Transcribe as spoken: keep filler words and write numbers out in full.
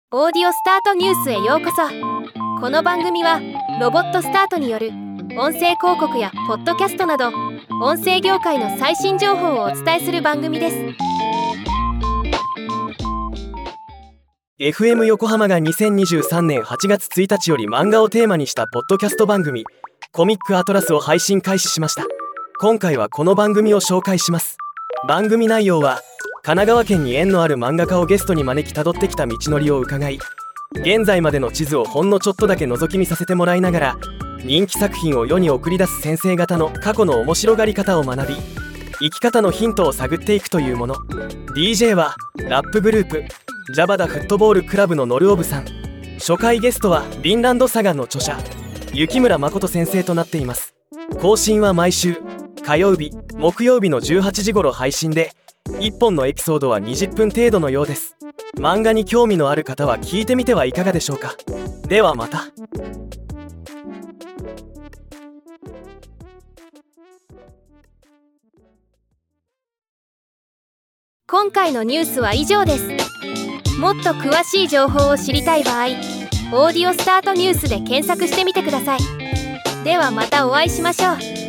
オーディオスタートニュースへようこそ。この番組はロボットスタートによる音声広告やポッドキャストなど音声業界の最新情報をお伝えする番組です。 エフエム 横浜がにせんにじゅうさんねんはちがつついたちより漫画をテーマにしたポッドキャスト番組コミックアトラスを配信開始しました。今回はこの番組を紹介します。番組内容は神奈川県に縁のある漫画家をゲストに招きたどってきた道のりを伺い、現在までの地図をほんのちょっとだけ覗き見させてもらいながら人気作品を世に送り出す先生方の過去の面白がり方を学び、生き方のヒントを探っていくというもの。 ディージェー はラップグループジャバダフットボールクラブのノルオブさん、初回ゲストはヴィンランドサガの著者雪村誠先生となっています。更新は毎週火曜日木曜日のじゅうはちじ頃配信で、いっぽんのエピソードはにじゅっぷん程度のようです。漫画に興味のある方は聞いてみてはいかがでしょうか。ではまた。 今回のニュースは以上です。もっと詳しい情報を知りたい場合、オーディオスタートニュースで検索してみてください。ではまたお会いしましょう。